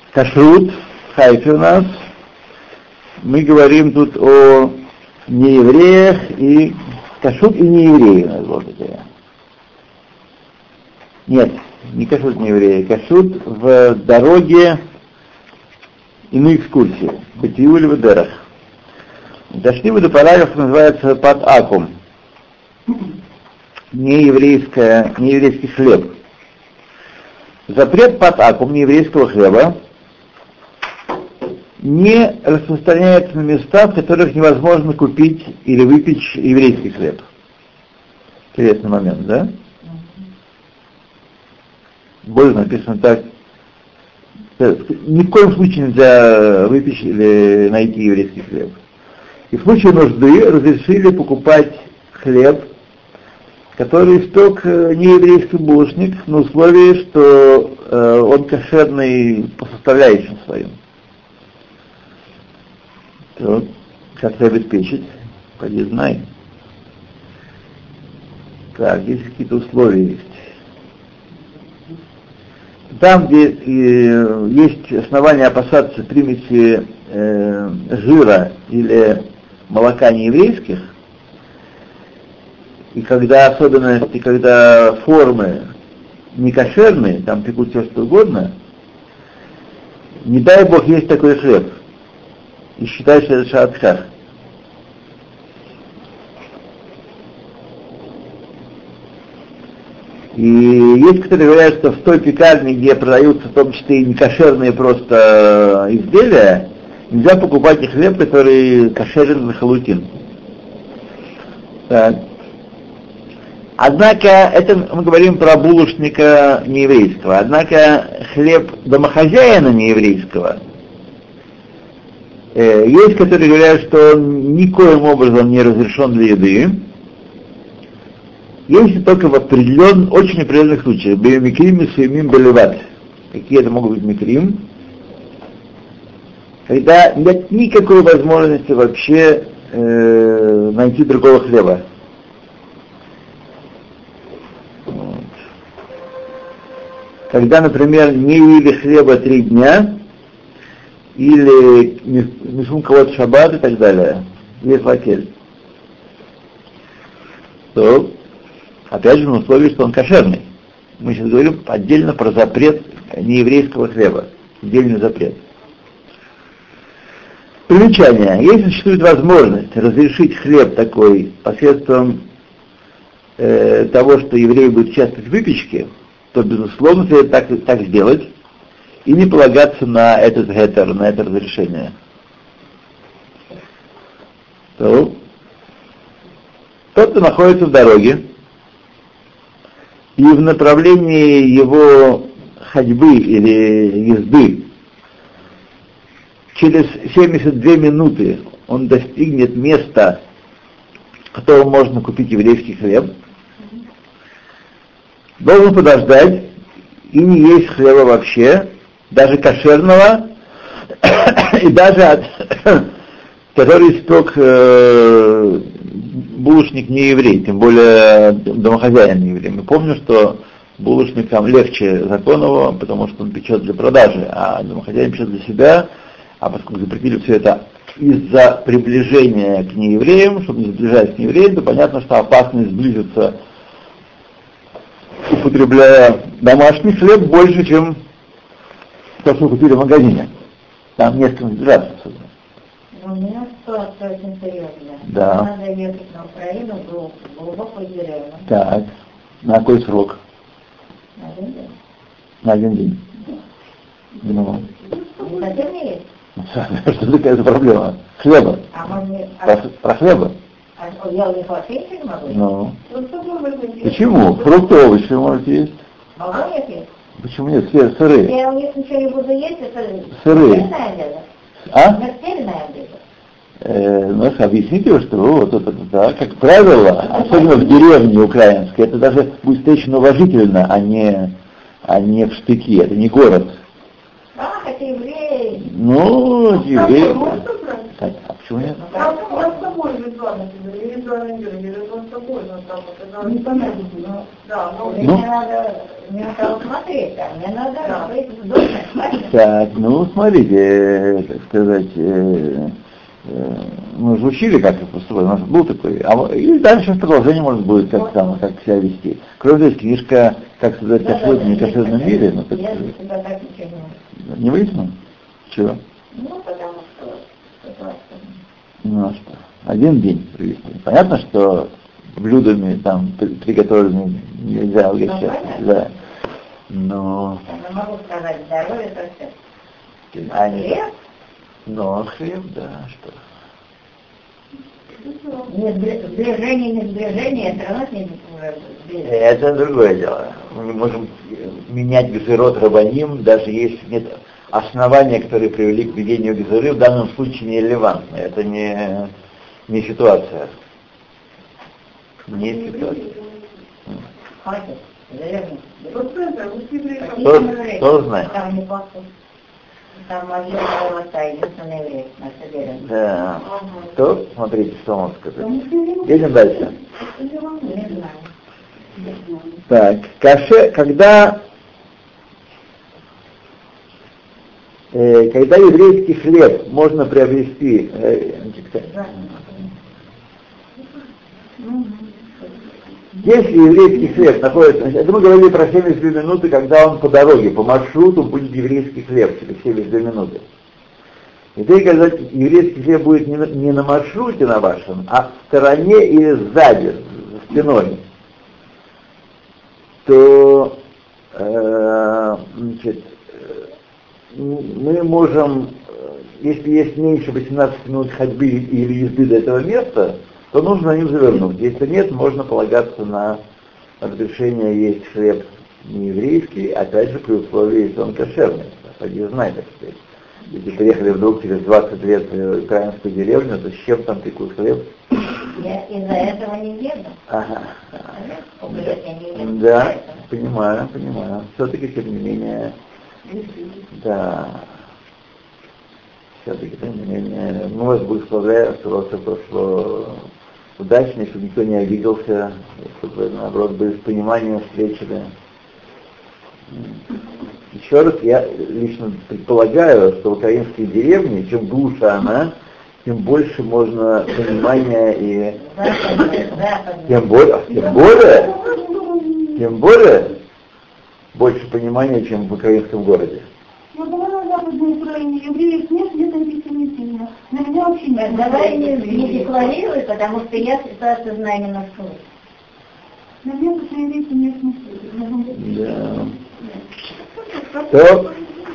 Кашрут, Хайфе у нас. Мы говорим тут о неевреях и кашрут и неевреи у нас было такое. Нет, не кашрут неевреи, кашрут в дороге и на экскурсии. Бытиуль в Дерах. Дошли мы до параграфа, называется Пат Акум. Нееврейский хлеб. Запрет Пат Акум, нееврейского хлеба, не распространяется на места, в которых невозможно купить или выпечь еврейский хлеб. Интересный момент, да? Более написано так. Ни в коем случае нельзя выпечь или найти еврейский хлеб. И в случае нужды разрешили покупать хлеб, который испек нееврейский булочник, на условии, что он кошерный по составляющим своим. То, как это обеспечить? Пойди знай. Так, здесь какие-то условия есть. Там, где есть основания опасаться примеси жира или молока нееврейских, и когда особенности, когда формы не кошерные, там пекут все что угодно, не дай Бог есть такой хлеб, и считай, что это шаатхах. И есть, которые говорят, что в той пекарне, где продаются в том числе и некошерные просто изделия, нельзя покупать и хлеб, который кошерен на халутин. Так. Однако, это мы говорим про булочника нееврейского, однако хлеб домохозяина нееврейского, есть, которые говорят, что он никоим образом не разрешен для еды, если только в очень определенных случаях. Микрим и суемим белеват. Какие это могут быть микрим? Когда нет никакой возможности вообще найти другого хлеба. Вот. Когда, например, не ели хлеба 3 дня, или мишум кого-то шаббат и так далее, есть лакель, то опять же, на условии, что он кошерный. Мы сейчас говорим отдельно про запрет нееврейского хлеба. Отдельный запрет. Примечание. Если существует возможность разрешить хлеб такой посредством того, что евреи будут участвовать в выпечке, то, безусловно, следует так сделать и не полагаться на этот гетер, на это разрешение. То тот, кто находится в дороге, и в направлении его ходьбы или езды через 72 минуты он достигнет места, в котором можно купить еврейский хлеб, должен подождать и не есть хлеба вообще, даже кошерного, и даже который испек булочник не еврей, тем более домохозяин не еврей. Мы помним, что булочникам легче закон его, потому что он печет для продажи, а домохозяин печет для себя, а поскольку запретили все это из-за приближения к неевреям, чтобы не сближаясь к неевреям, то понятно, что опасно сблизиться, употребляя домашний хлеб, больше, чем то, что купили в магазине. Там не с кем сближаться. У меня ситуация очень серьезная. Да. Надо ехать на Украину в глубокую деревню. Так. На какой срок? На 1 день. На 1 день. Ну. Не хотим не есть? Что такая за проблема? Хлеба. Про хлеба? Я у них вообще ничего не могу есть? Ну. Ну, почему? Фрукты, овощи можете есть. Могу я есть? Почему нет? Сырые. Я у них ничего не буду есть, это сырые. Смертельная обеда. А? Смертельная обеда. Ну, объясните, что вот это, да, как правило, особенно в деревне украинской, это даже будет встречено уважительно, а не в штыки, это не город. Это евреи. Ну, евреи. А почему нет? Там с собой визуально, он с собой, непонятно. Да, но мне надо смотреть, мне надо быть в доме. Так, ну смотрите, так сказать, мы же учили, как это поступать, у нас был такой, и дальше продолжение может будет, как себя вести. Кроме того, есть книжка «Как создать кошелек в некошерном мире», но Я для себя так ничего не выяснил? Чего? Ну, потому что ситуация. Ну а что? Один день привести. Понятно, что блюдами там приготовленными нельзя угощать. Да. Но... Я могу сказать, здоровье только. Хлеб? Ну, хлеб, да, что? Не сближение, не сближение, это равно не сближение. Это другое дело. Мы можем менять гзерот рабаним, даже если нет основания, которые привели к введению гзеры, в данном случае не релевантно. Это не ситуация. Не ситуация. Хватит, заверни. Кто знает? Там не пахнет. Там могила отца, единственный еврей, на все верим. Да. То, смотрите, что он сказать. Едем дальше. Не знаю. Так, когда еврейский хлеб можно приобрести, если еврейский хлеб находится, это мы говорили про 72 минуты, когда он по дороге, по маршруту будет еврейский хлеб через 72 минуты. И ты, когда еврейский хлеб будет не на маршруте на вашем, а в стороне или сзади, за спиной, то мы можем, если есть меньше 18 минут ходьбы или езды до этого места, то нужно на ним завернуть. Если нет, можно полагаться на разрешение есть хлеб не еврейский, опять же при условии, если он кошерный. Поди знай, так сказать. Если приехали вдруг через 20 лет в украинскую деревню, то с чем там пекут хлеб? Я из-за этого не еду. Ага. Да, понимаю. Все-таки, тем не менее, да. Все-таки, тем не менее, мы вас благословляем, чтобы все прошло удачно, чтобы никто не обиделся, чтобы, наоборот, были с пониманием встречены. Еще раз, я лично предполагаю, что в украинской деревне, чем глубже она, тем больше можно понимания и... Тем более больше понимания, чем в украинском городе. Я была на Западной Украине, евреев нет, нет антисемитизма. На меня вообще нет. Давай не декларируй, потому что я ситуацию знаю не на вкус. На меня после евреев нет смысла. Да. То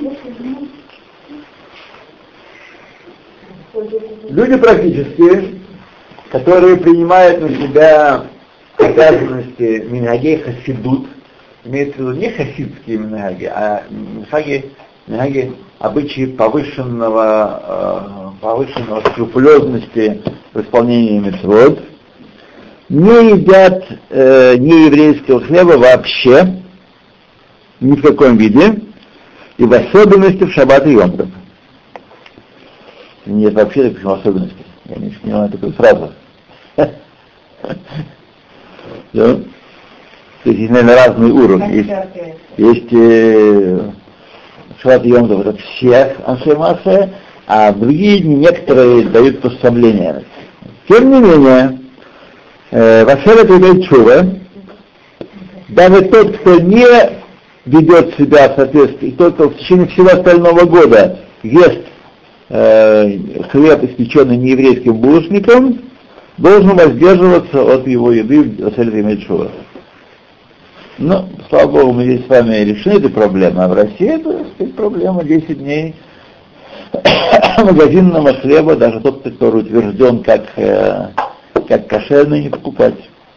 люди практические, которые принимают на себя обязанности минхагей хасидут, имеется в виду не хасидские минхаги, а минхаги обычаи повышенного скрупулезности в исполнении мицвот, не едят нееврейского хлеба вообще, ни в каком виде, и в особенности в шаббат и йом тов. Нет, вообще так в особенности. Я не понимаю такую фразу. То есть, наверное, разные уровни. Есть шаббат и йом тов, это всех аншей-массе, а другие некоторые дают послабление. Тем не менее, Вашевет имеет чува, даже тот, кто не ведет себя в соответствии, тот, кто в течение всего остального года ест хлеб, испеченный нееврейским булочником, должен воздерживаться от его еды, Вашевет имеет чува. Но, слава Богу, мы здесь с вами решили эту проблему, а в России это, сказать, проблема 10 дней магазинного хлеба, даже тот, который утвержден как кошерный, не покупать.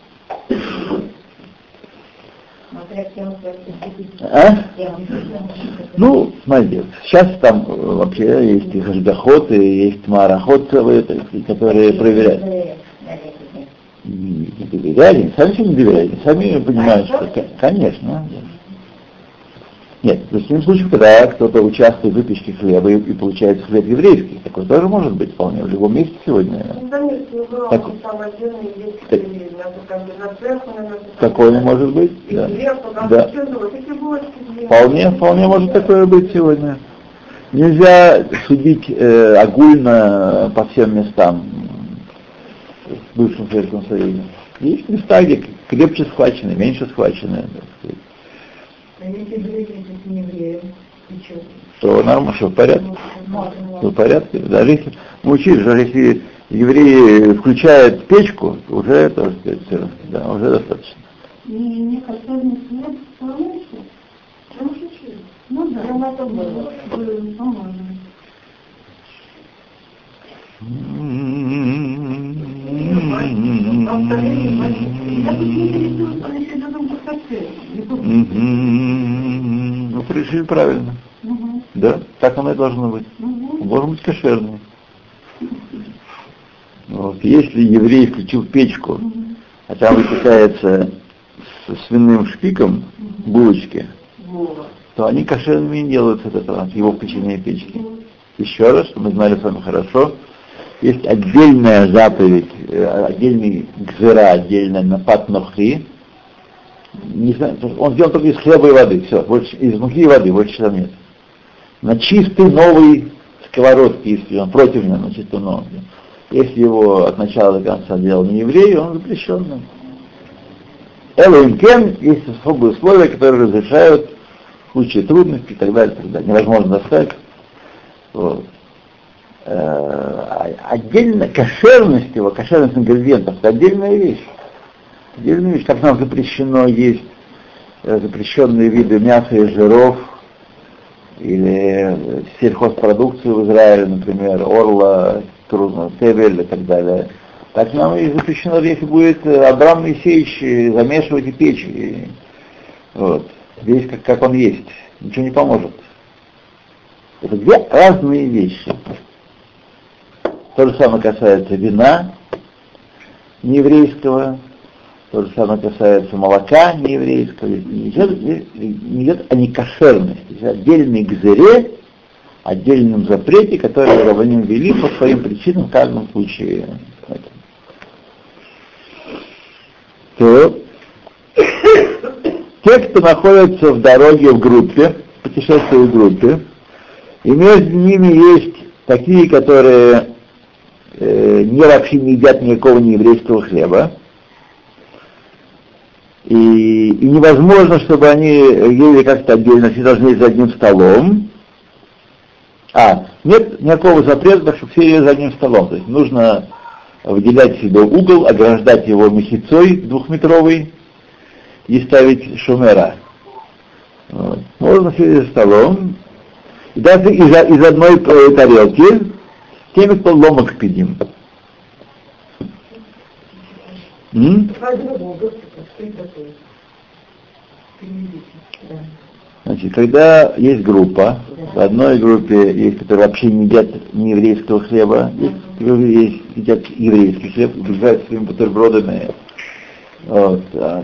Ну, смотрите, сейчас там вообще есть и хашгахот, и есть марахот, которые проверяют. Не доверяли, сами себе не доверяли, сами понимают, что, конечно. Нет, в таком случае, когда кто-то участвует в выпечке хлеба и получается хлеб еврейский, такое тоже может быть вполне в любом месте сегодня. Такое может быть, да. Да. Вполне может такое быть сегодня. Нельзя судить огульно по всем местам в бывшем Советском Союзе. Есть места, где крепче схвачены, меньше схвачены, так сказать. А если близится с евреем, то нормально, все в порядке. Все в порядке. Даже если мы учили, что если евреи включают печку, уже, так сказать, все, да, уже достаточно. Не хотел не свет, солнечный. Прям чуть-чуть. Ну да, прямо это было. По-моему. Ну, решили правильно. Да, так оно и должно быть. Он должен быть кошерный. Вот. Если еврей включил печку, а там выпекается с свиным шпиком булочки, то они кошерными не делают от этого, его включения печки. Еще раз, чтобы мы знали с вами хорошо, есть отдельная заповедь, отдельный гзера, отдельная напад нохи. Не знаю, он сделан только из хлеба и воды, все, больше, из муки и воды, больше там нет. На чистый новый сковородке, если он противный, на чистый новый. Если его от начала до конца делал не еврей, он запрещенный. Элоимкен есть особые условия, которые разрешают в случае трудностей и так далее, так далее. Невозможно достать. Вот. Отдельно кошерность его, кошерность ингредиентов, это отдельная вещь. Отдельная вещь, как нам запрещено есть запрещенные виды мяса и жиров, или сельхозпродукцию в Израиле, например, орла, тевель и так далее. Так нам и запрещено, если будет Авраам Моисеевич замешивать и печь. Вот. Весь как он есть. Ничего не поможет. Это две разные вещи. То же самое касается вина нееврейского, то же самое касается молока нееврейского. Не идет о некошерности. Это отдельный гзере, отдельном запрете, который раввиним ввели по своим причинам в каждом случае. То те, кто находится в дороге в группе, путешествуют в группе, и между ними есть такие, которые вообще не едят никакого нееврейского хлеба, и невозможно, чтобы они ели как-то отдельно, все должны есть за одним столом. Нет никакого запрета, чтобы все ели за одним столом. То есть нужно выделять себе угол, ограждать его мехицой 2-метровой и ставить шумера. Вот. Можно сидеть за столом, и даже из одной тарелки теми, кто ломок пидим. Значит, когда есть группа, в одной группе есть, которые вообще не едят нееврейского хлеба, есть едят еврейский хлеб, убегают своими бутербродами от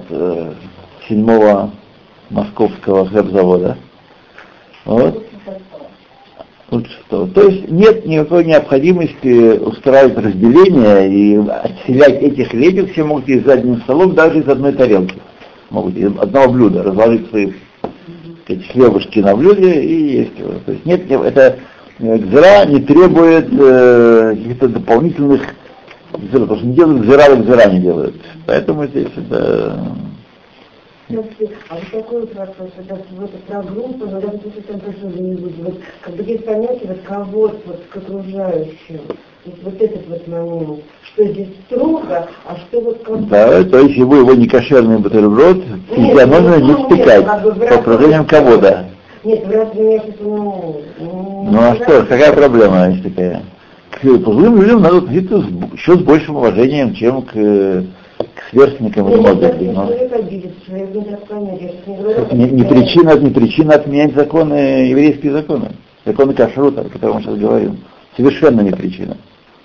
7-го московского хлебзавода. Вот. Лучше что. То есть нет никакой необходимости устраивать разделение и отселять этих хлебов, все могут есть за одним столом, даже из одной тарелки. Могут из одного блюда разложить свои эти хлебушки на блюде и есть его. То есть нет, это гзера не требует каких-то дополнительных гзера, потому что не делают гзера не делают. Поэтому здесь это... А вот такой вот вопрос, это вот про группу, но даже если там тоже не будет, вот, как бы есть понятие вот кого-то вот к окружающим, вот этот вот момент, что здесь строго, а что вот как... Да, то есть его некошерный бутерброд, нельзя можно не спекать, по окружением кого, да? Нет, вряд ли я ну а что, какая проблема есть такая? К пожилым людям надо относиться еще с большим уважением, чем к сверстникам или молодым. Не причина отменять законы, еврейские законы, законы кашрута, о которых мы сейчас говорим. Совершенно не причина.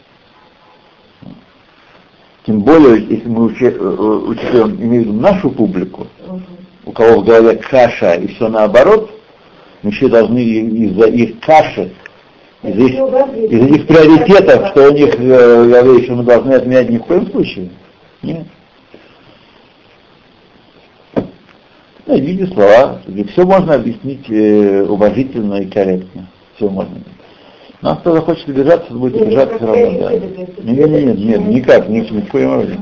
Тем более, если мы учитываем, имею в виду нашу публику, у кого в голове каша и все наоборот, Мы еще должны из-за их каши, из-за их приоритетов, что у них вещи мы должны отменять ни в коем случае. Нет. Видите слова, все можно объяснить уважительно и корректно. Все можно. Но кто захочет обижаться, будет обижаться все равно. Да. Нет, никак, ни в коем разе.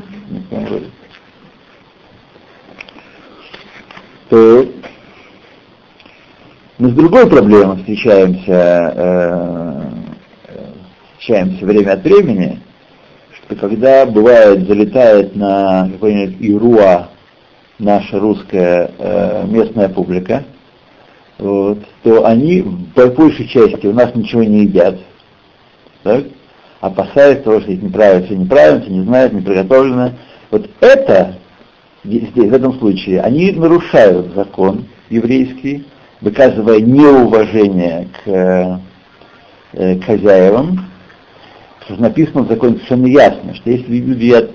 То мы с другой проблемой встречаемся время от времени, что когда бывает, залетает на какой-нибудь Ируа наша русская местная публика, вот, то они по большей части у нас ничего не едят, так? Опасаясь того, что их не правят, не знают, не приготовлено. Вот это, здесь, в этом случае, они нарушают закон еврейский, выказывая неуважение к хозяевам, потому что написано в законе совершенно ясно, что если люди едят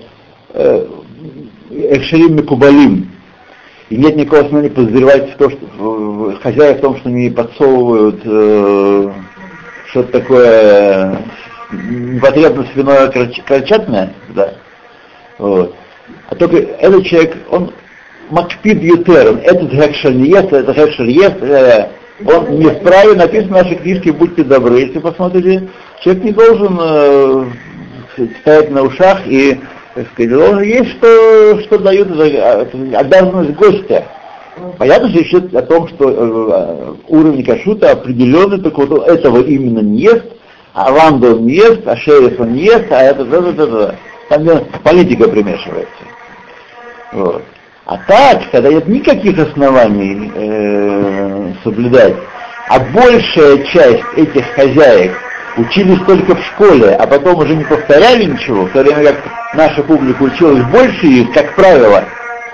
экшерим мекубалим, и нет никакого основания подозревать хозяев в том, что они подсовывают что-то такое непотребно свиное крольчатное, да. Вот. А только этот человек, он макпид ютер, он этот хекшер не ест, этот хекшер ест, он не вправе, написано в нашей книжке, будьте добры, если посмотрите, человек не должен стоять на ушах и, так сказать, должен есть, что дают, обязанность гостя. Понятно, что речь идет о том, что уровень кашрута определенный, только вот этого именно не ест, а ламду он не ест, а шериф он не ест, а это. Там политика примешивается. Вот. А так, когда нет никаких оснований соблюдать, а большая часть этих хозяек учились только в школе, а потом уже не повторяли ничего, в то время как наша публика училась больше их, как правило.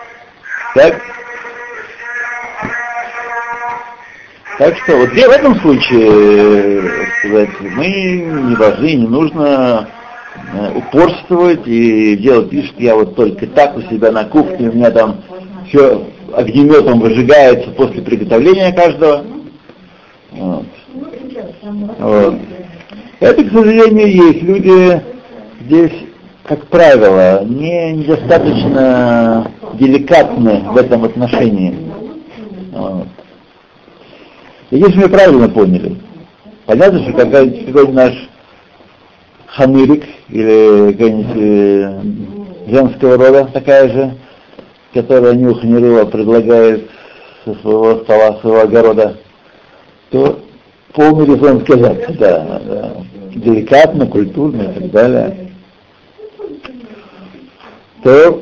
Так что вот в этом случае, сказать, мы не должны, не нужно упорствовать и делать вид, что я вот только так у себя на кухне, у меня там все огнеметом выжигается после приготовления каждого. Вот. Это, к сожалению, есть. Люди здесь, как правило, недостаточно деликатны в этом отношении. Вот. И если мы правильно поняли, понятно, что какой-нибудь наш хамырик или какая-нибудь женского рода такая же, которая нюх-нерыва предлагает со своего стола, своего огорода, то полный резон сказать, да, деликатно, культурно и так далее, то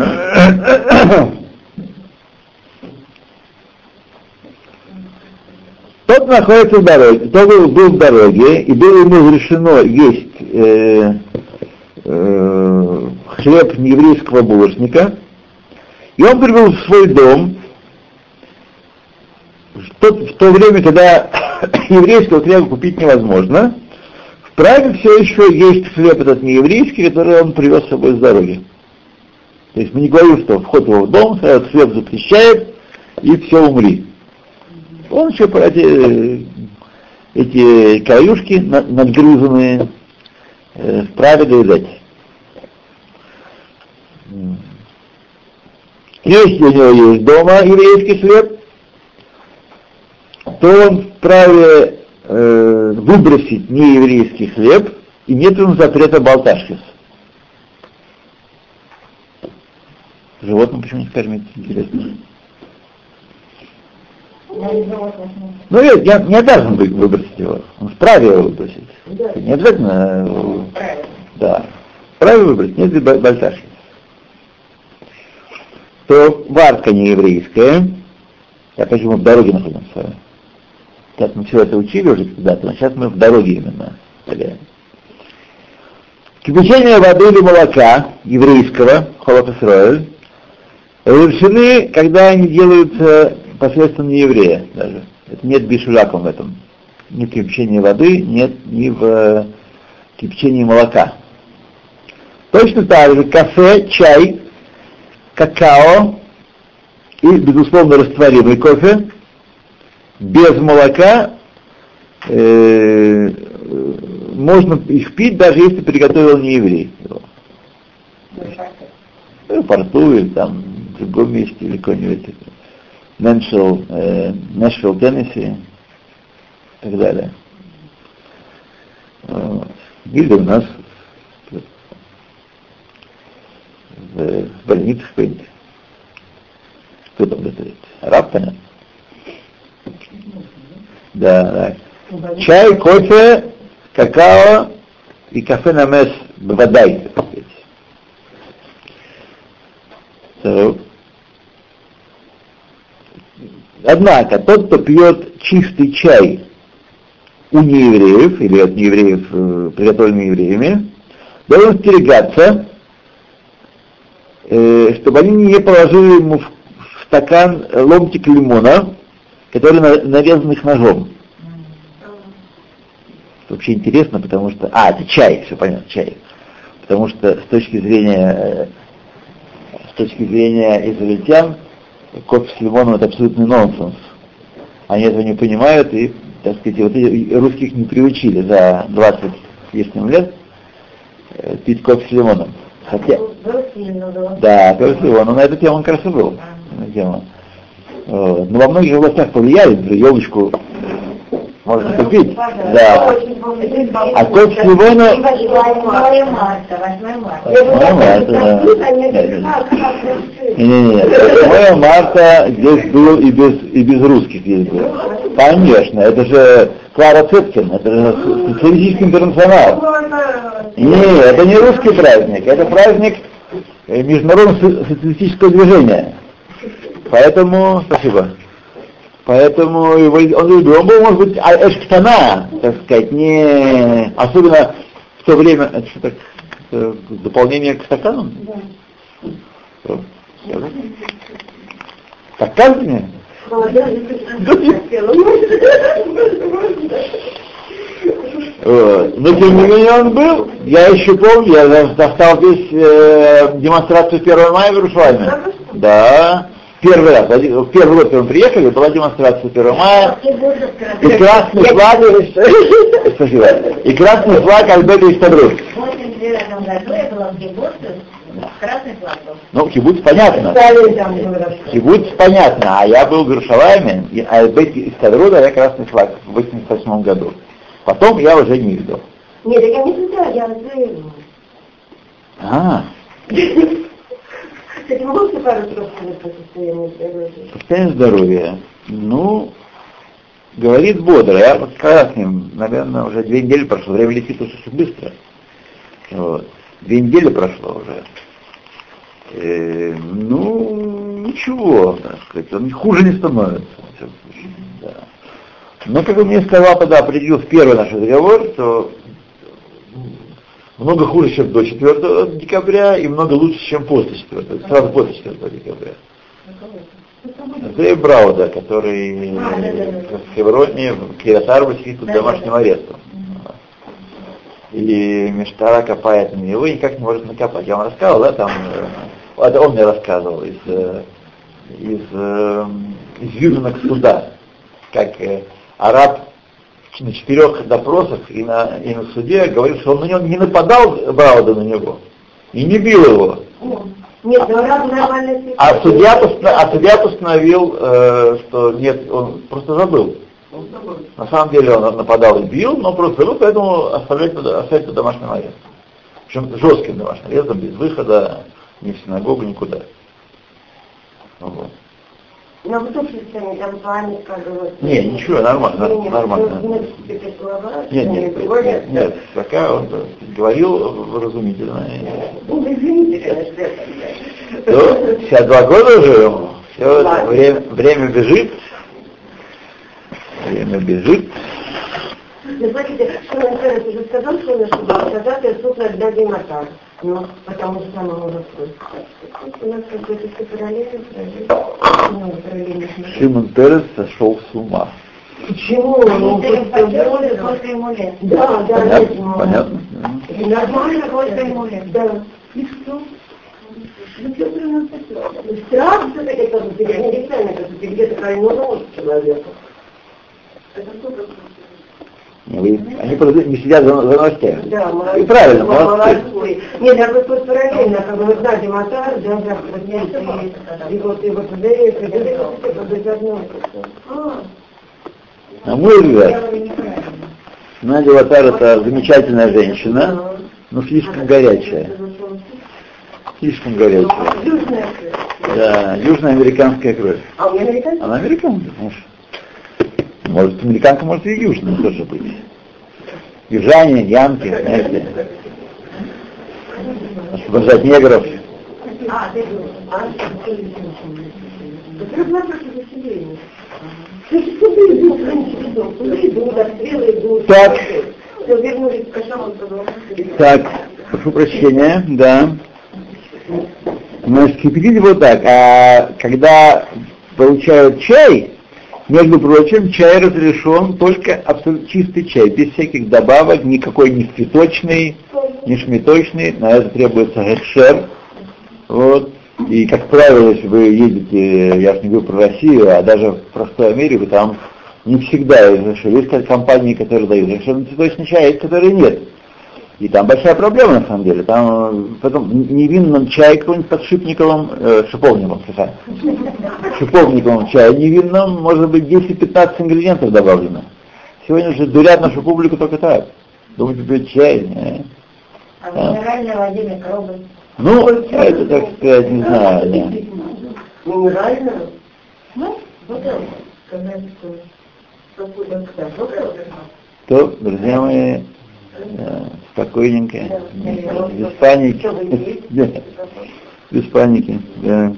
тот находится в дороге, тот был в дороге, и было ему разрешено есть хлеб нееврейского булочника, и он прибыл в свой дом в то время, когда еврейского хлеба купить невозможно, вправе все еще есть хлеб этот нееврейский, который он привез с собой с дороги. То есть мы не говорим, что вход в его дом, этот хлеб запрещает, и все, умри. Он еще эти краюшки надгрызанные вправе доедать. Если у него есть дома еврейский хлеб, то он вправе выбросить нееврейский хлеб, и нет ему запрета болташкис. Животным почему не кормить? Интересно. Ну, я не обязан выбросить его, он вправе его выбросить. Да. Не обязательно, да, вправе выбросить, нет болташки. То варка не еврейская, я почему в дороге находимся. Сейчас мы все это учили уже когда-то, но сейчас мы в дороге именно. Кипячение воды или молока еврейского, холод Исроэль, разрешены, когда они делаются посредством нееврея даже. Это нет бишуляком в этом. Ни в кипячении воды, нет ни в кипячении молока. Точно так же кафе, чай, какао и, безусловно, растворимый кофе без молока можно их пить, даже если приготовил не еврей. В порту или там в другом месте, или какой-нибудь Нэшвилл, Теннесси и так далее. Или у нас в больнице какой-нибудь. Кто там готовит? Араб, понятно? Да. Чай, кофе, какао и кафе на мес бвадай. Однако тот, кто пьет чистый чай у неевреев, или от неевреев, приготовленный евреями, должен остерегаться, чтобы они не положили ему в стакан ломтик лимона, который нарезан их ножом. Это вообще интересно, потому что... это чай, все понятно, чай. Потому что с точки зрения израильтян, кофе с лимоном — это абсолютный нонсенс. Они этого не понимают, и, так сказать, вот русских не приучили за 20 с лишним лет пить кофе с лимоном. Хотя... Да, кофе с лимоном, на эту тему он как раз и был. Но во многих областях повлияли, елочку можно купить. Да. А кофе с лимоном... 8 марта. 8 марта, да. Не. 8 марта здесь был и без русских здесь был. Конечно, это же Клара Цеткин, это же социалистический интернационал. Не, это не русский праздник, это праздник международного социалистического движения. Поэтому, спасибо. Поэтому он был, может быть, эшктана, так сказать, не... Особенно в то время, это что так, дополнение к стаканам? Да. Стаканами? Но тем не менее он был. Я еще помню, я застал здесь демонстрацию 1 мая в Иерусалиме. Да. Первый раз, в первый год, когда мы приехали, была демонстрация 1 мая, и красный флаг, спасибо, и красный флаг Аль-Бета Истадрут. В 89 году я была в Кибуце, красный флаг был. Ну, кибуц понятно. Кибуц понятно, а я был в Иерусалиме, и Аль-Бета Истадрут, а я красный флаг в 88 году. Потом я уже не видел. Нет, я не туда, я заявила. Кстати, могу ли пару слов сказать по состоянию здоровья? Состояние здоровья. Ну, говорит бодро. Я вот сказал с ним, наверное, уже 2 недели прошло. Время летит очень быстро. Вот. 2 недели прошло уже. Ничего, так сказать, он хуже не становится. Да. Но, как он мне сказал, когда определил в первый наш разговор, что много хуже, чем до 4 декабря, и много лучше, чем после 4, сразу после 4 декабря. Это Брауда, который в Хевроне, в Кириат-Арба сидит под домашним арестом. И Миштара копает на него и никак не может накопать. Я вам рассказывал, да, там, это он мне рассказывал из южных суда, как араб на 4 допросах и на суде говорил, что он на него не нападал, Брауда на него, и не бил его. Нет, но араб нормально... А судья постановил, что нет, он просто забыл. На самом деле он нападал и бил, но просто забыл, поэтому оставить под домашним арестом. Причем жестким домашним арестом, без выхода ни в синагогу, никуда. Вот. Но в том состоянии, там память, как говорится. Не, ничего, нормально. Нет, пока он говорил вразумительно. Ну, извините, То 52 года уже ему, все, время бежит. Ну, смотрите, что Антон уже сказал, что когда-то суд отдали Матар. Ну, потому что самому вопросу. У нас какой-то параллельный. Шимон Перес сошел с ума. Почему? После ему лет. Да, Понятно. Нормально, после ему лет. Да. И что? Страх все-таки, как бы, перед нереально, как бы, где-то крайне нос человека. Они просто не сидят за новостями. Да, и правильно, молодцы. Нет, я просто параллельно, как вы знаете, Матар, да, завтра дня, и вот на мой взгляд, Надя Ватар это замечательная женщина, но слишком горячая. Слишком горячая. Южная. Да, южноамериканская кровь. А у меня американская? Она американка, может, американка, может и южная тоже быть. Южане, янки, знаете. Освобождать негров. Так, прошу прощения, да. Значит, кипятить вот так. А когда получают чай, между прочим, чай разрешен только абсолютно чистый чай, без всяких добавок, никакой не цветочный, не шметочный, на это требуется гехшер. Вот. И, как правило, если вы едете, я же не говорю про Россию, а даже в простую Америку, там не всегда есть гехшер. Есть компании, которые дают гехшер на цветочный чай, а есть, которые нет. И там большая проблема, на самом деле. Там потом невинным чай какой-нибудь подшипниковым, шиповниковым чай невинным, может быть, 10-15 ингредиентов добавлено. Сегодня же дурят нашу публику только так. Думаете, пьют чай, не? А в минеральной воде микробы? Ну, это, так сказать, не знаю, да. Минеральную? То, друзья мои, спокойненько, без паники, без паники, да.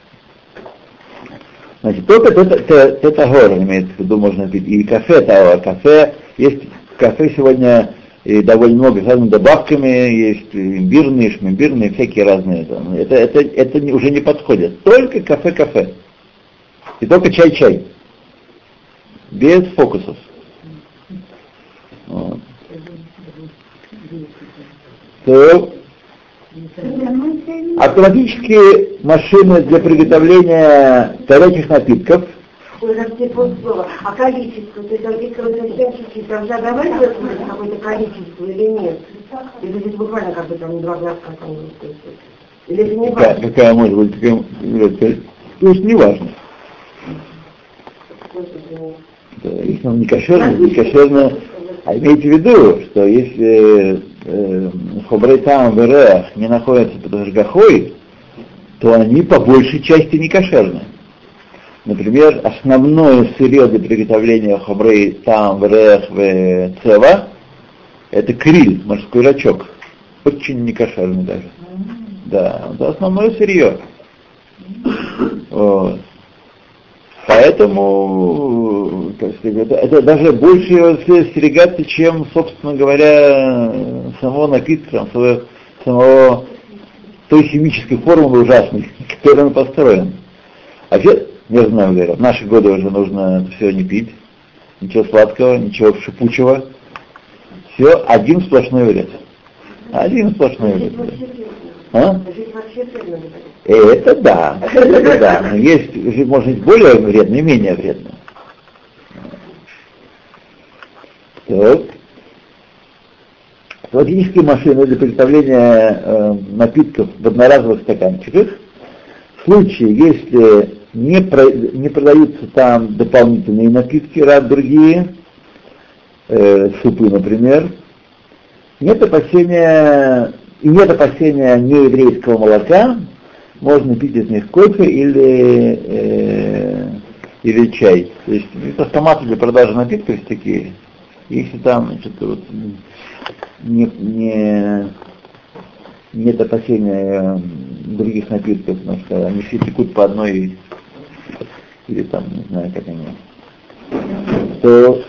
Значит, только это гор, имеется в виду, можно пить, и кафе того, кафе, есть кафе сегодня и довольно много с разными добавками, есть имбирные, шмимбирные, всякие разные, там. Это уже не подходит, только кафе, и только чай, без фокусов. Вот. То автоматические машины для приготовления горячих напитков. А количество, то есть там уже оговаривается какое-то количество или нет? Или здесь буквально как бы там 2 глазка там, или это не важно? Какая может быть, то есть не важно. Да, если он не кошерно, а имейте в виду, что если хобрей там в Иреах не находятся под ашгахой, то они по большей части не кошерны. Например, основное сырье для приготовления хобрей там в Иреах в Цева это криль, морской рачок. Очень некошерный даже. Да, это основное сырье. Вот. Поэтому, как сказать, это даже больше остерегаться, чем, собственно говоря, самого напитка, самого той химической формулы ужасной, которой он построен. А вообще, не знаю, говорят, в наши годы уже нужно все не пить, ничего сладкого, ничего шипучего. Все один сплошной вред. Один сплошной вред. А? Это да, но есть, может быть, более вредно и менее вредно. Так. Автоматические машины для приготовления напитков в одноразовых стаканчиках, в случае, если не продаются там дополнительные напитки, другие, супы, например, нет опасения нееврейского молока, можно пить из них кофе или чай. То есть это автоматы для продажи напитков есть такие. Если там вот, нет опасения других напитков, потому что они все текут по одной, или там, не знаю, как они, то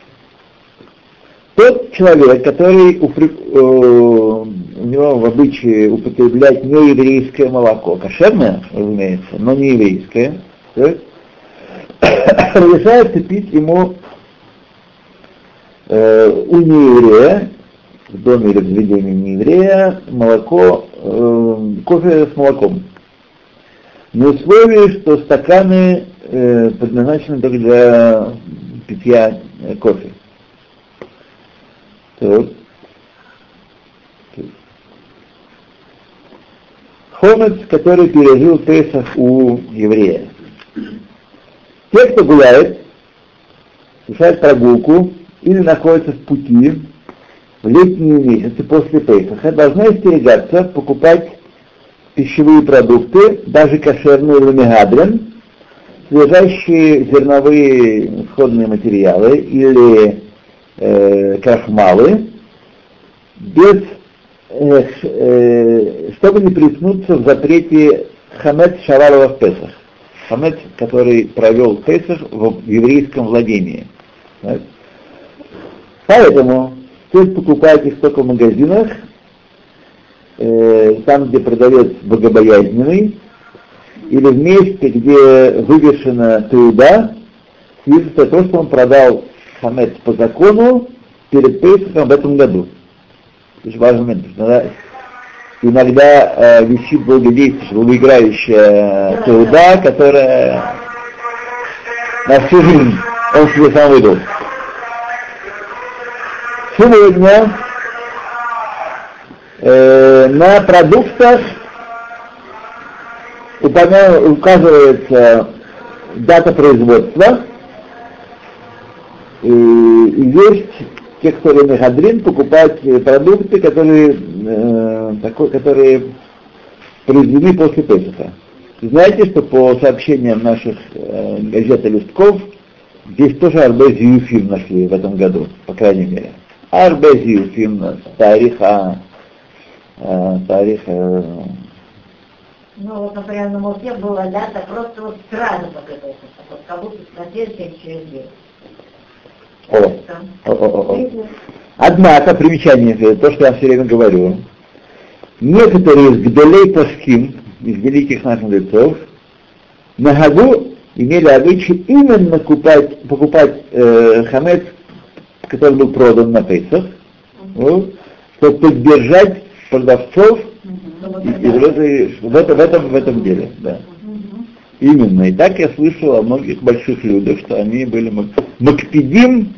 тот человек, который у него в обычае употреблять нееврейское молоко, кошерное, разумеется, но не еврейское, разрешается пить ему у нееврея, в доме или в заведении нееврея, молоко, кофе с молоком. На условии, что стаканы предназначены только для питья кофе. Так. Хомец, который пережил Песах у еврея. Те, кто гуляет, совершает прогулку или находится в пути в летние месяцы после Песаха, должны остерегаться покупать пищевые продукты, даже кошерные или мегадрин, содержащие зерновые сходные материалы или крахмалы, без, чтобы не приткнуться в запрете хамец шаварова в Песах. Хамец, который провел Песах в еврейском владении. Поэтому стоит покупать их только в магазинах, там, где продавец богобоязненный, или в месте, где вывешена теуда, свидетельство того, что он продал хамец по закону перед Песахом в этом году. Это очень важный момент, потому что иногда висит долгодействующая, долгоиграющая теуда, которая на всю жизнь он себе сам выдал. Сегодня на продуктах указывается дата производства, и есть те, кто мегадрин, покупать продукты, которые произведены после Песаха. Знаете, что по сообщениям наших газет и листков, здесь тоже арбе зиюфим нашли в этом году, по крайней мере. Арбе зиюфим, тариха. Ну вот, например, на Муке была дата просто вот сразу после Песаха, вот как будто на следующий через день. Однако, примечание, то, что я все время говорю, некоторые из гдолей пасхим, из великих наших мудрецов, на Гагу имели обычай именно покупать хамец, который был продан на Песах, чтобы поддержать продавцов в этом деле. Да. Именно. И так я слышал о многих больших людях, что они были макпидим.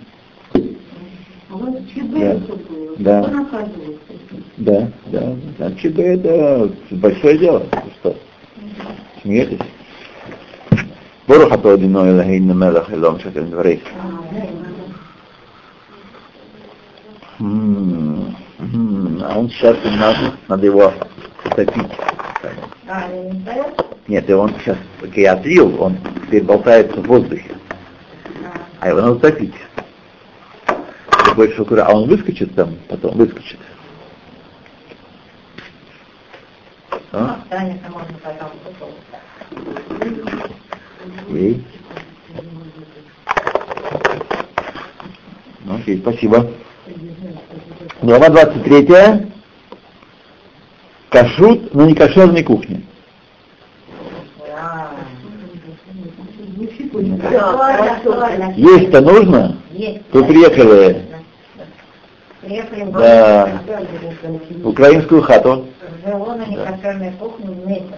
Да. Да. А ЧБ это большое дело. Что? Смеетесь? Борух ато одиной Элохейну мелech элом шекель дворей. А он сейчас надо его топить. Нет, и он сейчас, как я отлил, он теперь болтается в воздухе. А его надо топить. Больше а он выскочит там, потом выскочит. Окей. Окей, спасибо. Глава 23. Кашрут, но не кошерной кухни. Есть-то нужно? Есть. Вы приехали? Да. В украинскую хату. Живу на некошерной кухне месяц.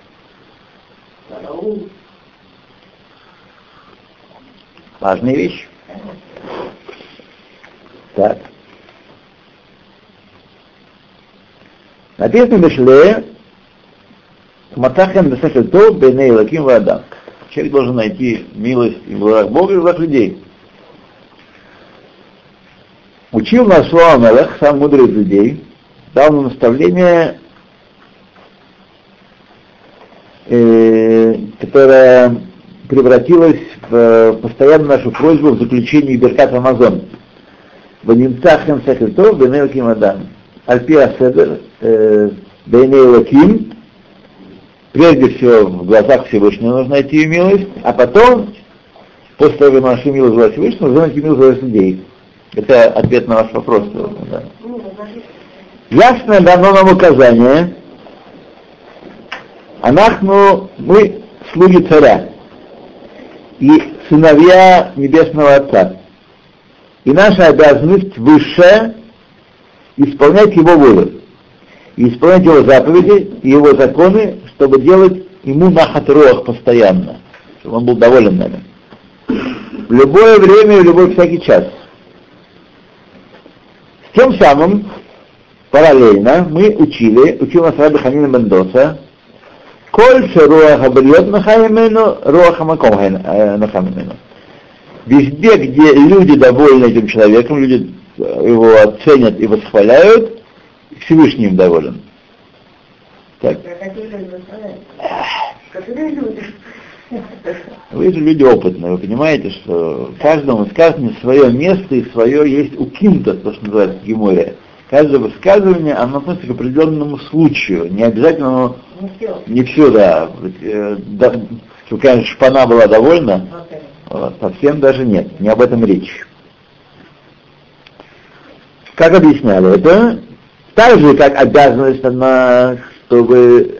Важная вещь. Так. Написано в Мишле, Матахем Бесахельто Беней Лаким Вадам. Человек должен найти милость и благо Бога и в глазах людей. Учил нас Шломо Мелех, сам мудрый из людей, дал нам наставление, которое превратилось в постоянную нашу просьбу в заключении Беркат Амазон. Ванимцахем Сахельто Беней Лаким Вадам. Альпия Седер Беней Лаким. Прежде всего, в глазах Всевышнего нужно найти милость, а потом, после того, как нашу милость в глазах Всевышнего, нужно найти милость в глазах людей. Это ответ на ваш вопрос. Да. Ясно дано нам указание. Мы слуги царя и сыновья Небесного Отца. И наша обязанность высшая исполнять Его волю. И исполнять Его заповеди и Его законы, чтобы делать Ему нахат руах постоянно, чтобы Он был доволен нами. в любое время и в любой всякий час. С тем самым, параллельно, мы учил нас Раби Ханина бен Доса, «Коль шеруах абриот нахаимену, руах амаком нахаимену». Везде, где люди довольны этим человеком, люди его оценят и восхваляют, Всевышний им доволен. Так. Вы же люди опытные, вы понимаете, что каждому высказыванию свое место и свое есть укинта, то, что называется в Геморе. Каждое высказывание, оно относится к определенному случаю, не обязательно, не все, да. Чтобы, конечно, шпана была довольна, вот, совсем даже нет, не об этом речь. Как объясняли это? Так же, как обязанность она, чтобы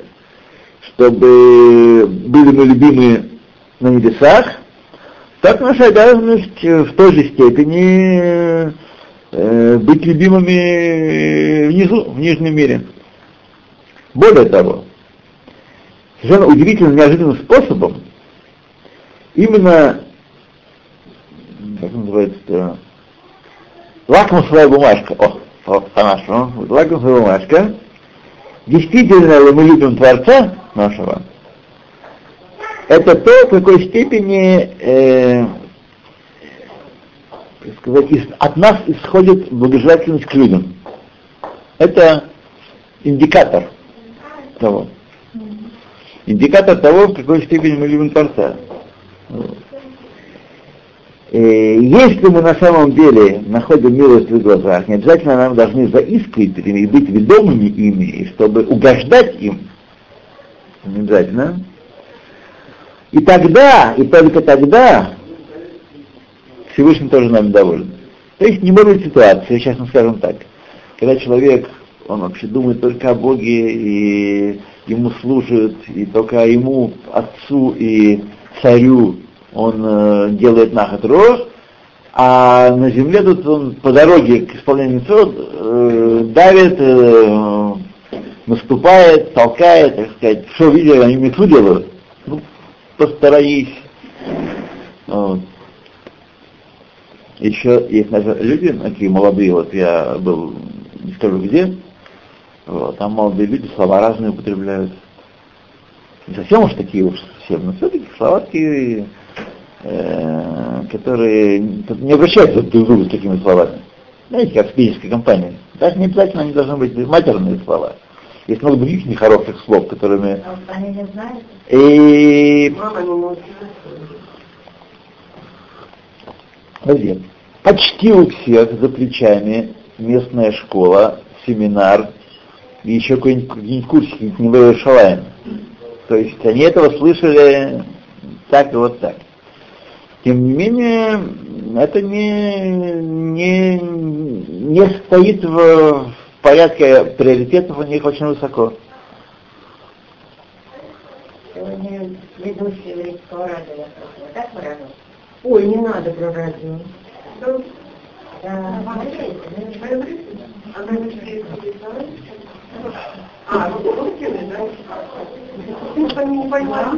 были мы любимы на небесах, так наша обязанность в той же степени быть любимыми внизу, в нижнем мире. Более того, совершенно удивительным, неожиданным способом, именно, как называется, лакмусовая бумажка, по-нашему, лакмусовая бумажка, действительно ли мы любим Творца нашего, это то, в какой степени от нас исходит благожелательность к людям. Это индикатор того. Индикатор того, в какой степени мы любим Творца. Если мы на самом деле находим милость в их глазах, не обязательно нам должны заискивать перед ними и быть ведомыми ими, и чтобы угождать им. Не обязательно. И тогда, и только тогда, Всевышний тоже нами доволен. То есть не может быть ситуации, сейчас мы скажем так, когда человек, он вообще думает только о Боге, и ему служит, и только ему, Отцу и Царю, он делает нахат рош, а на земле тут он по дороге к исполнению мицвот давит, наступает, толкает, так сказать, что видели, они мицву делают, ну, постараюсь. Вот. Еще есть, наверное, люди, такие молодые, вот я был не скажу где, вот, там молодые люди слова разные употребляют. Не совсем уж такие уж совсем, но все-таки слова такие, которые не обращаются друг к другу с такими словами. Знаете, как в певческой компании. Даже не обязательно они должны быть матерные слова. Есть много других нехороших слов, которыми... Они не знают? И... Подожди. Почти у всех за плечами местная школа, семинар и еще какой-нибудь курсик не Шалаем. То есть они этого слышали так и вот так. Тем не менее, это не стоит в порядке приоритетов у них очень высоко. Сегодня ведущий еврейского радио, я спрашиваю, так выражал? Ой, не надо про радио. Не понимаю,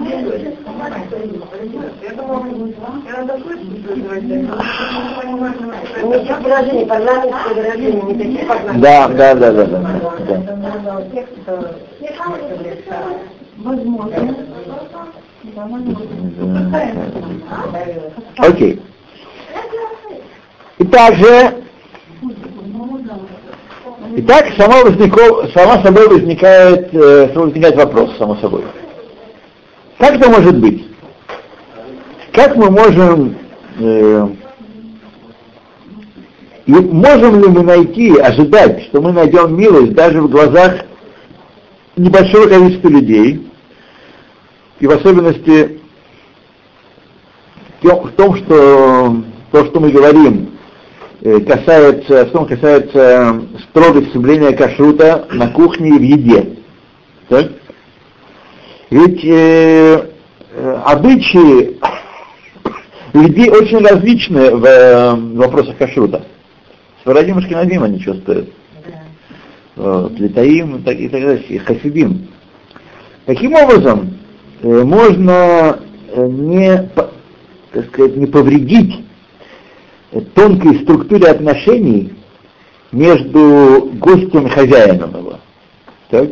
я думала, я надо слышать, Ничего выражений, парламентские выражения, не такие парламентские. Да. возможно. Окей. Итак, само собой возникает вопрос, само собой. Как это может быть? Как мы можем, можем ли мы ожидать, что мы найдем милость даже в глазах небольшого количества людей, и в особенности в том, что то, что мы говорим, касается строгого соблюдения кашрута на кухне и в еде. Так? Ведь обычаи людей очень различны в вопросах кашрута. Сфарадим и ашкеназим они чувствуют. Литаим и так далее, и хасидим. Таким образом, можно не полагать, что мы так сказать, не повредить тонкой структуре отношений между гостем и хозяином его. Так?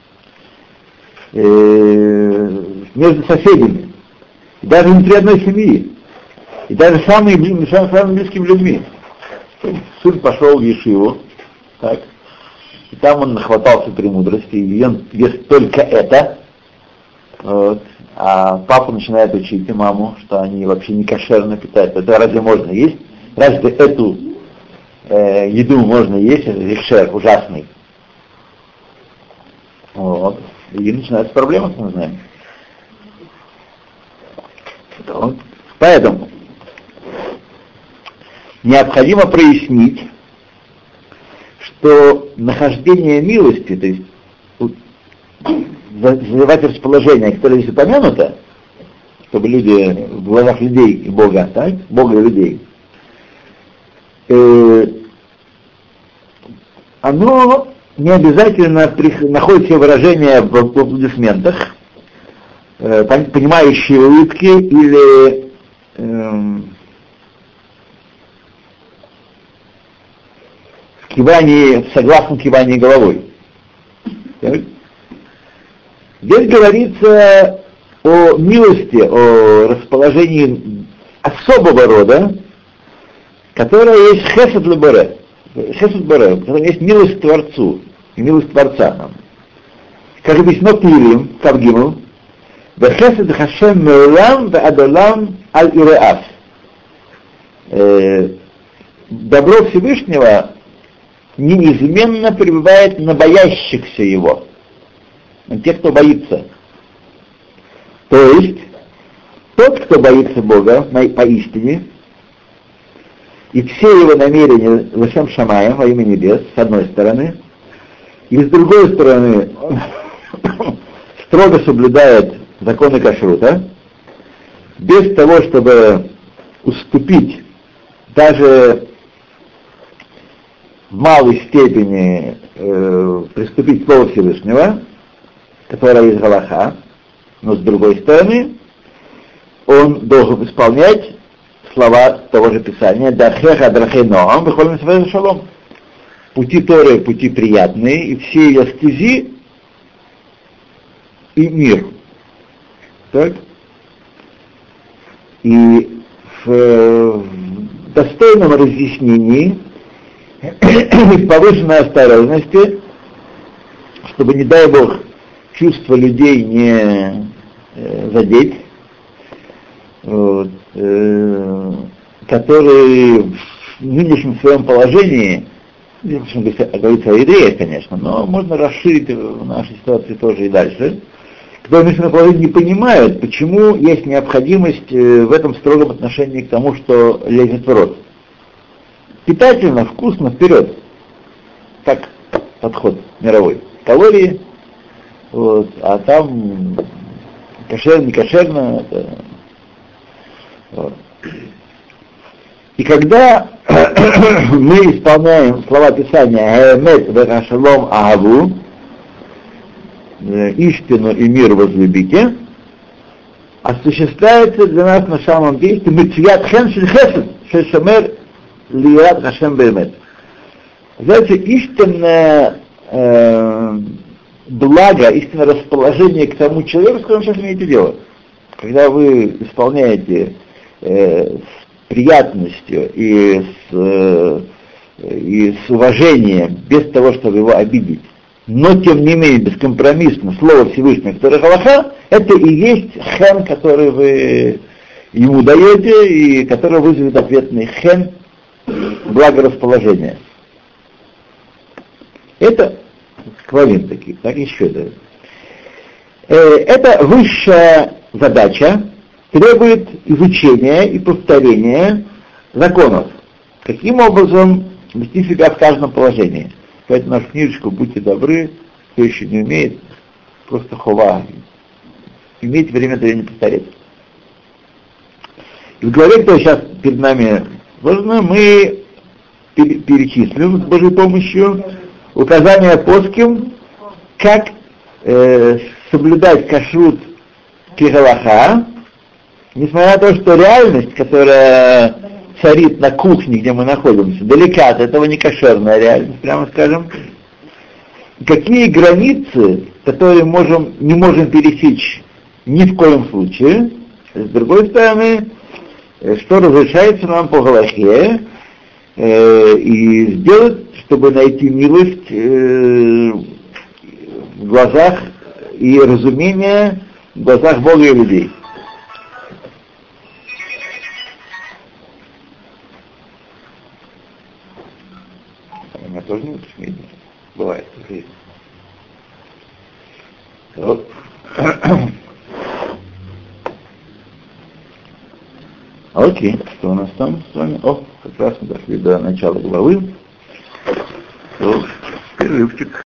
Между соседями. И даже внутри одной семьи. И даже самыми близкими людьми. Сын пошел в ешиву, так, и там он нахватался премудрости, и он ест только это, вот, а папа начинает учить и маму, что они вообще не кошерно питаются. Это разве можно есть? Разве эту еду можно есть? Это рикшер ужасный. Вот. И начинаются проблемы, как мы знаем. Вот. Поэтому необходимо прояснить, что нахождение милости, то есть завоевать расположение, которое здесь упомянуто, чтобы люди в глазах людей и Бога, так? Бога и людей, оно не обязательно находит себе выражение в аплодисментах, понимающие улыбки или в согласном кивании головой. Так? Здесь говорится о милости, о расположении особого рода, которое есть хесед леборе. Хесед боре, которое есть милость Творцу, и милость Творца. Как объяснено Тилим, Тавгиму, «Вехесед хашем меулам веадолам аль-иреас». Добро Всевышнего неизменно пребывает на боящихся его, на тех, кто боится. То есть, тот, кто боится Бога поистине, и все его намерения Лашем Шамаем во имя небес, с одной стороны, и с другой стороны, строго соблюдает законы кашрута, без того, чтобы уступить даже в малой степени приступить к Слову Всевышнего, которое есть галаха, но с другой стороны, он должен исполнять слова того же Писания, «Дахеха драхей ноам, выходим с шалом». Пути Торы, пути приятные, и все ее стези, и мир. Так? И в достойном разъяснении, в повышенной осторожности, чтобы, не дай Бог, чувства людей не задеть, вот, которые в нынешнем своем положении, говорится о евреях, конечно, но можно расширить в нашей ситуации тоже и дальше, которые в нынешнем положении не понимают, почему есть необходимость в этом строгом отношении к тому, что лезет в рот. Питательно, вкусно, вперед. Так подход мировой. Калории, вот, а там кошерно, не кошерно. Это, вот. И когда мы исполняем слова Писания «Эмет вехашалом агаву», истину и мир возлюбите, осуществляется для нас на самом деле митцвят хен шель хесед, шель шамер лият хашем беэмет. Знаете, истинное благо, истинное расположение к тому человеку, с которым сейчас имеете дело. Когда вы исполняете с приятностью и с уважением, без того, чтобы его обидеть, но тем не менее бескомпромиссно Слово Всевышнего, которое галаха, это и есть хен, который вы ему даете, и который вызовет ответный хен, благорасположение. Это сквалим такие, так еще да. Это высшая задача, требует изучения и повторения законов. Каким образом вести себя в каждом положении. Поэтому нашу книжечку «Будьте добры», кто еще не умеет, просто хова. Имейте время от времени повторять. И в главе, которая сейчас перед нами сложена, мы перечислим с Божьей помощью указания поским, как соблюдать кашрут ки галаха несмотря на то, что реальность, которая царит на кухне, где мы находимся, далека от этого, не кошерная реальность, прямо скажем, какие границы, которые не можем пересечь ни в коем случае, с другой стороны, что разрешается нам по Галахе, и сделать, чтобы найти милость в глазах и разумение в глазах Бога и людей. У меня тоже не смеется. Бывает. Вот. Окей, что у нас там с вами? О, как раз мы дошли до начала главы. Перерывчик.